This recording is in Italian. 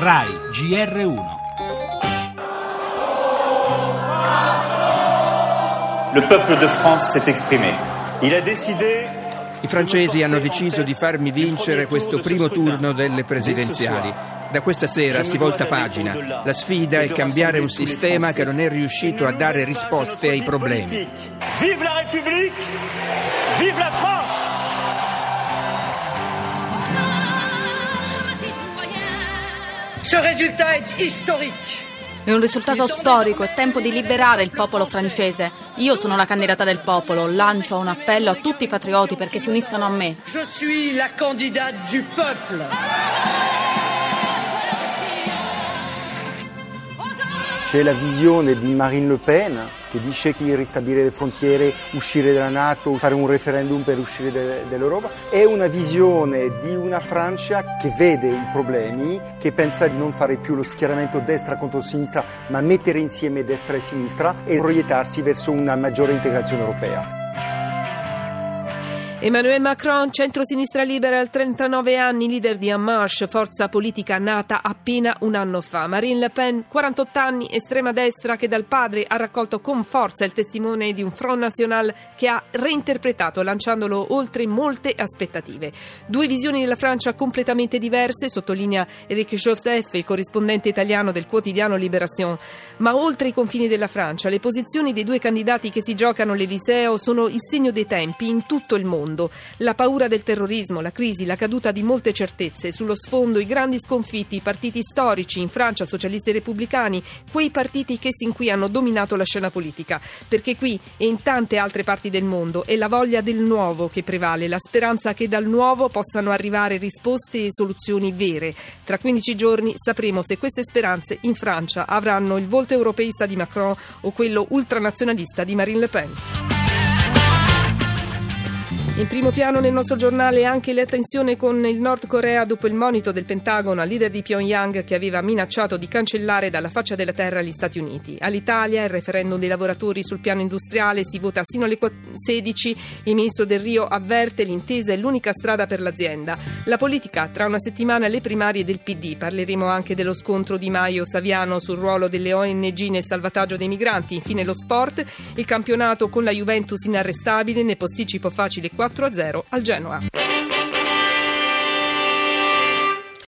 RAI GR1. Le peuple de France s'est exprimé. Il a décidé. I francesi hanno deciso di farmi vincere questo primo turno delle presidenziali. Da questa sera si volta pagina. La sfida è cambiare un sistema che non è riuscito a dare risposte ai problemi. Vive la République! Vive la France! Ce résultat est historique. È un risultato storico, è tempo di liberare il popolo francese. Io sono la candidata del popolo, lancio un appello a tutti i patrioti perché si uniscano a me. Je suis la candidate du peuple. C'è la visione di Marine Le Pen che dice di ristabilire le frontiere, uscire dalla NATO, fare un referendum per uscire dall'Europa. È una visione di una Francia che vede i problemi, che pensa di non fare più lo schieramento destra contro sinistra, ma mettere insieme destra e sinistra e proiettarsi verso una maggiore integrazione europea. Emmanuel Macron, centro-sinistra libera, 39 anni, leader di En Marche, forza politica nata appena un anno fa. Marine Le Pen, 48 anni, estrema destra, che dal padre ha raccolto con forza il testimone di un Front National che ha reinterpretato, lanciandolo oltre molte aspettative. Due visioni della Francia completamente diverse, sottolinea Éric Joseph, il corrispondente italiano del quotidiano Libération. Ma oltre i confini della Francia, le posizioni dei due candidati che si giocano l'Eliseo sono il segno dei tempi in tutto il mondo. La paura del terrorismo, la crisi, la caduta di molte certezze, sullo sfondo i grandi sconfitti, i partiti storici, in Francia socialisti e repubblicani, quei partiti che sin qui hanno dominato la scena politica, perché qui e in tante altre parti del mondo è la voglia del nuovo che prevale, la speranza che dal nuovo possano arrivare risposte e soluzioni vere. Tra 15 giorni sapremo se queste speranze in Francia avranno il volto europeista di Macron o quello ultranazionalista di Marine Le Pen. In primo piano nel nostro giornale anche la tensione con il Nord Corea dopo il monito del Pentagono al leader di Pyongyang che aveva minacciato di cancellare dalla faccia della terra gli Stati Uniti. All'Italia il referendum dei lavoratori sul piano industriale si vota sino alle 16. Il ministro Del Rio avverte l'intesa è l'unica strada per l'azienda. La politica, tra una settimana le primarie del PD. Parleremo anche dello scontro Di Maio-Saviano sul ruolo delle ONG nel salvataggio dei migranti. Infine lo sport, il campionato con la Juventus inarrestabile, ne posticipo facile 4-0 al Genoa.